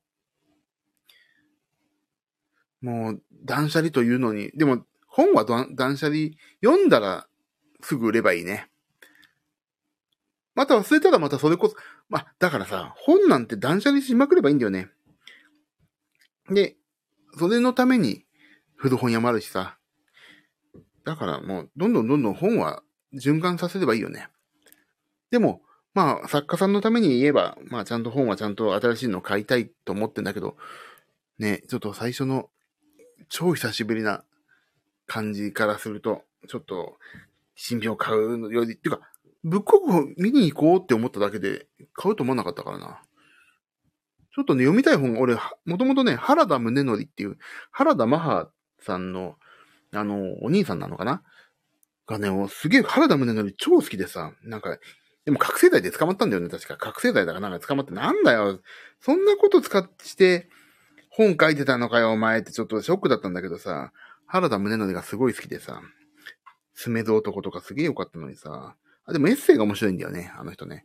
もう、断捨離というのに、でも、本は断捨離、読んだらすぐ売ればいいね。また忘れたらまたそれこそ、だからさ、本なんて断捨離しまくればいいんだよね。で、それのために古本屋もあるしさ。だからもう、どんどん本は循環させればいいよね。でも、作家さんのために言えば、ちゃんと本はちゃんと新しいの買いたいと思ってんだけど、ね、ちょっと最初の超久しぶりな感じからすると、ちょっと、新品を買うのより、っていうか、ブックオフ見に行こうって思っただけで、買うと思わなかったからな。ちょっとね、読みたい本が、俺、もともとね、原田宗則っていう、原田マハさんの、お兄さんなのかながね、すげえ原田宗則超好きでさ、なんか、でも覚醒剤で捕まったんだよね、確か。覚醒剤だからなんか捕まって、なんだよ、そんなことして本書いてたのかよ、お前ってちょっとショックだったんだけどさ、原田宗則がすごい好きでさ、すめず男とかすげえ良かったのにさ、でもエッセイが面白いんだよね、あの人ね。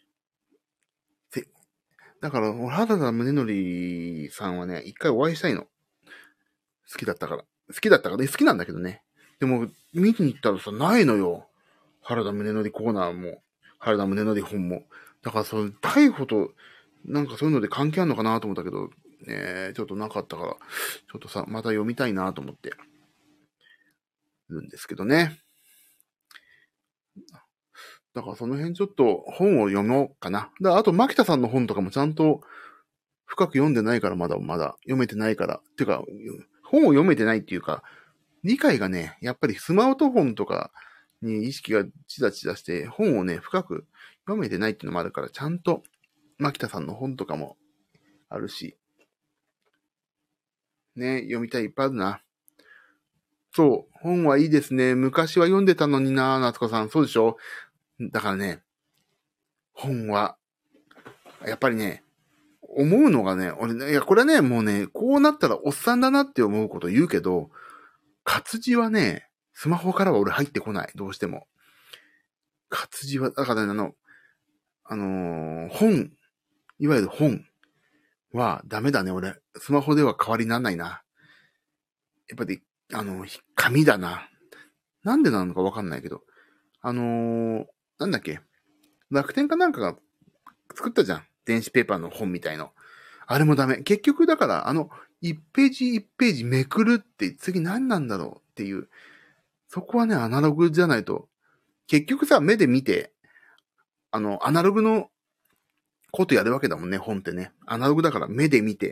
だから、原田宗則さんはね、一回お会いしたいの。好きだったから。 好きだったからね、好きなんだけどね。でも、見に行ったらさ、ないのよ。原田宗則コーナーも、原田宗則本も。だからそう、逮捕と、なんかそういうので関係あるのかなと思ったけど、ちょっとなかったから、ちょっとさ、また読みたいなと思ってるんですけどね。だからその辺ちょっと本を読もうかな。あと、牧田さんの本とかもちゃんと深く読んでないから、まだ読めてないから。っていうか、本を読めてないっていうか、理解がね、やっぱりスマートフォンとかに意識がチラチラして、本をね、深く読めてないっていうのもあるから、ちゃんと、牧田さんの本とかもあるし、ね、読みたいいっぱいあるな。そう、本はいいですね。昔は読んでたのにな、夏子さん。そうでしょ？だからね、本は、やっぱりね、思うのがね、俺ね、いや、これはね、もうね、こうなったらおっさんだなって思うこと言うけど、活字はね、スマホからは俺入ってこない。どうしても。活字は、だからね、本、いわゆる本はダメだね、俺。スマホでは代わりにならないな。やっぱり、紙だな。なんでなのかわかんないけど。なんだっけ。楽天かなんかが作ったじゃん。電子ペーパーの本みたいの。あれもダメ。結局だから、1ページ1ページめくるって次何なんだろうっていう。そこはね、アナログじゃないと。結局さ、目で見て、アナログのことやるわけだもんね、本ってね。アナログだから目で見て、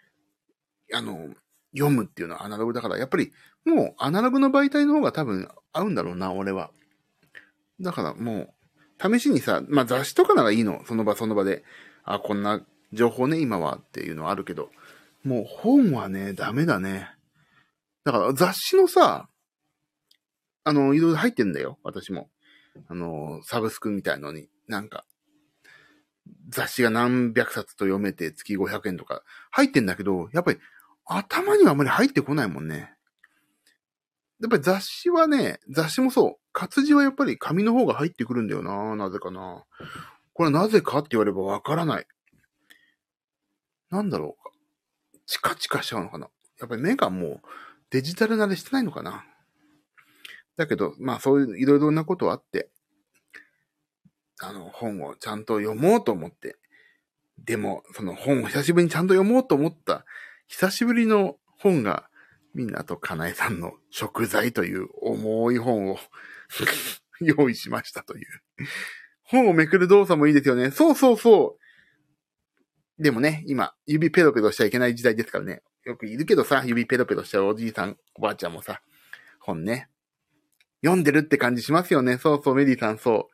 読むっていうのはアナログだから、やっぱりもうアナログの媒体の方が多分合うんだろうな、俺は。だからもう、試しにさ、まあ雑誌とかならいいの、その場その場で。あ、こんな情報ね、今はっていうのはあるけど、もう本はね、ダメだね。だから雑誌のさ、いろいろ入ってんだよ、私も。サブスクみたいのに、なんか、雑誌が何百冊と読めて月500円とか入ってんだけど、やっぱり頭にはあんまり入ってこないもんね。やっぱり雑誌はね、雑誌もそう。活字はやっぱり紙の方が入ってくるんだよな。なぜかな。これはなぜかって言われればわからない。なんだろうか。チカチカしちゃうのかな。やっぱり目がもうデジタル慣れしてないのかな。だけど、まあそういういろいろなことあって、本をちゃんと読もうと思って。でも、その本を久しぶりにちゃんと読もうと思った、久しぶりの本が、みんなとかなえさんの食材という重い本を用意しましたという。本をめくる動作もいいですよね。そうそうそう。でもね、今、指ペロペロしちゃいけない時代ですからね。よくいるけどさ、指ペロペロしちゃうおじいさん、おばあちゃんもさ、本ね。読んでるって感じしますよね。そうそう、メリーさん、そう。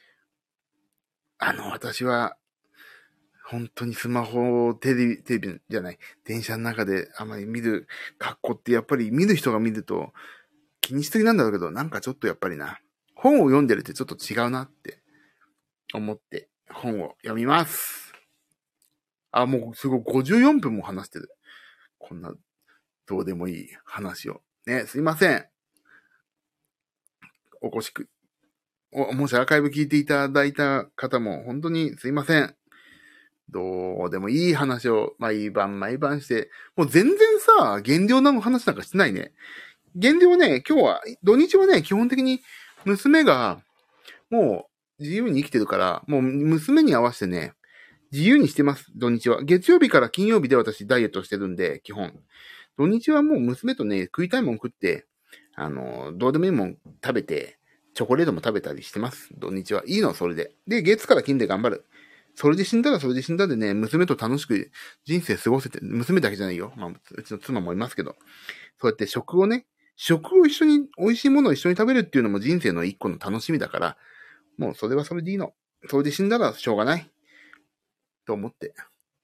私は、本当にスマホをテレビじゃない、電車の中であまり見る格好ってやっぱり見る人が見ると気にしすぎなんだろうけど、なんかちょっとやっぱりな、本を読んでるってちょっと違うなって思って本を読みます。あ、もうすごい54分も話してる。こんなどうでもいい話を。ね、すいません。もしアーカイブ聞いていただいた方も本当にすいません。どうでもいい話を毎晩して、もう全然さ、減量の話なんかしてないね。減量ね、今日は、土日はね、基本的に娘がもう自由に生きてるから、もう娘に合わせてね、自由にしてます、土日は。月曜日から金曜日で私ダイエットしてるんで、基本。土日はもう娘とね、食いたいもん食って、どうでもいいもん食べて、チョコレートも食べたりしてます。土日は。いいの、それで。で、月から金で頑張る。それで死んだらそれで死んだでね、娘と楽しく人生過ごせて、娘だけじゃないよ。まあ、うちの妻もいますけど。そうやって食を一緒に、美味しいものを一緒に食べるっていうのも人生の一個の楽しみだから、もうそれはそれでいいの。それで死んだらしょうがない。と思って。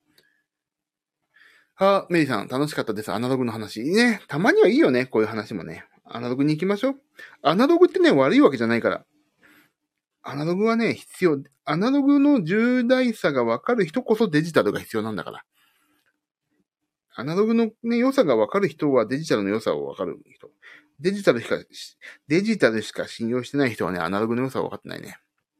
メリーさん、楽しかったです。アナログの話。ね、たまにはいいよね、こういう話もね。アナログに行きましょう。アナログってね、悪いわけじゃないから。アナログはね、必要。アナログの重大さがわかる人こそデジタルが必要なんだから。アナログのね、良さがわかる人はデジタルの良さをわかる人。デジタルしか信用してない人はね、アナログの良さをわかってないね。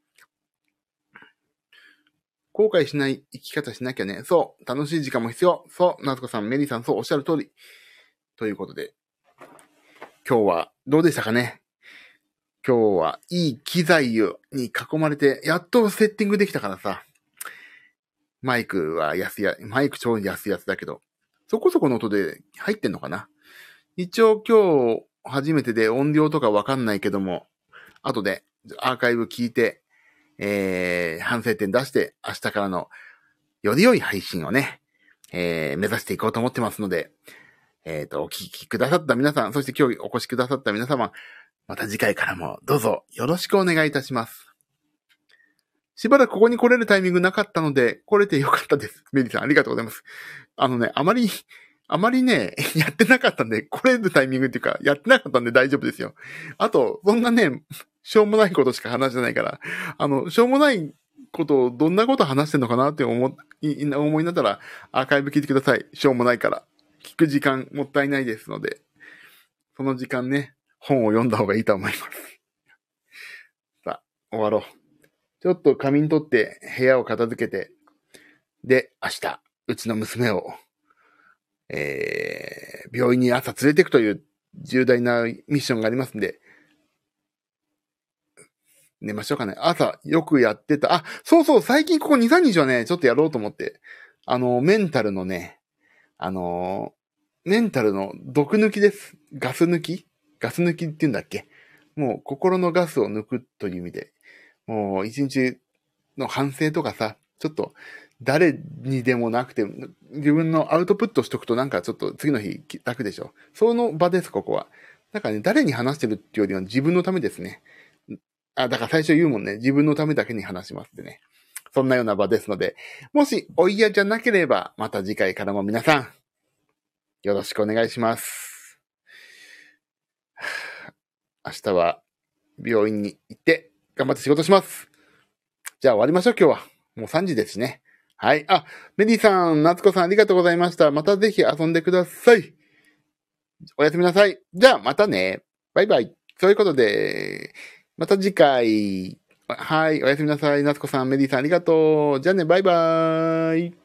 後悔しない生き方しなきゃね。そう。楽しい時間も必要。そう。夏子さん、メリーさん、そう。おっしゃる通り。ということで。 今日はどうでしたかね。今日はいい機材に囲まれて、やっとセッティングできたからさ。マイク超安いやつだけど、そこそこの音で入ってんのかな。一応今日初めてで音量とかわかんないけども、後でアーカイブ聞いて、反省点出して明日からのより良い配信をね、目指していこうと思ってますので、お聞きくださった皆さん、そして今日お越しくださった皆様、また次回からもどうぞよろしくお願いいたします。しばらくここに来れるタイミングなかったので、来れてよかったです。メリーさんありがとうございます。あまりね、やってなかったんで、来れるタイミングっていうか、やってなかったんで大丈夫ですよ。あと、そんなね、しょうもないことしか話してないから、しょうもないことをどんなこと話してんのかなって思いながら、アーカイブ聞いてください。しょうもないから。聞く時間もったいないですので、その時間ね、本を読んだ方がいいと思います。さあ、終わろう。ちょっと仮眠取って部屋を片付けて、で、明日、うちの娘を、病院に朝連れて行くという重大なミッションがありますんで、寝ましょうかね。朝、よくやってた。あ、そうそう、最近ここ2、3日はね、ちょっとやろうと思って。メンタルのね、メンタルの毒抜きです。ガス抜きって言うんだっけ。もう心のガスを抜くという意味で。もう一日の反省とかさ、ちょっと誰にでもなくて、自分のアウトプットしとくとなんかちょっと次の日楽でしょ。その場です、ここは。だからね、誰に話してるっていうよりは自分のためですね。だから最初言うもんね。自分のためだけに話しますってね。そんなような場ですので、もしお嫌じゃなければ、また次回からも皆さん、よろしくお願いします。明日は病院に行って頑張って仕事します。じゃあ終わりましょう、今日は。もう3時ですしね。はい。あ、メリーさん、夏子さんありがとうございました。またぜひ遊んでください。おやすみなさい。じゃあまたね。バイバイ。そういうことで、また次回。はい。おやすみなさい。夏子さん、メリーさんありがとう。じゃあね、バイバイ。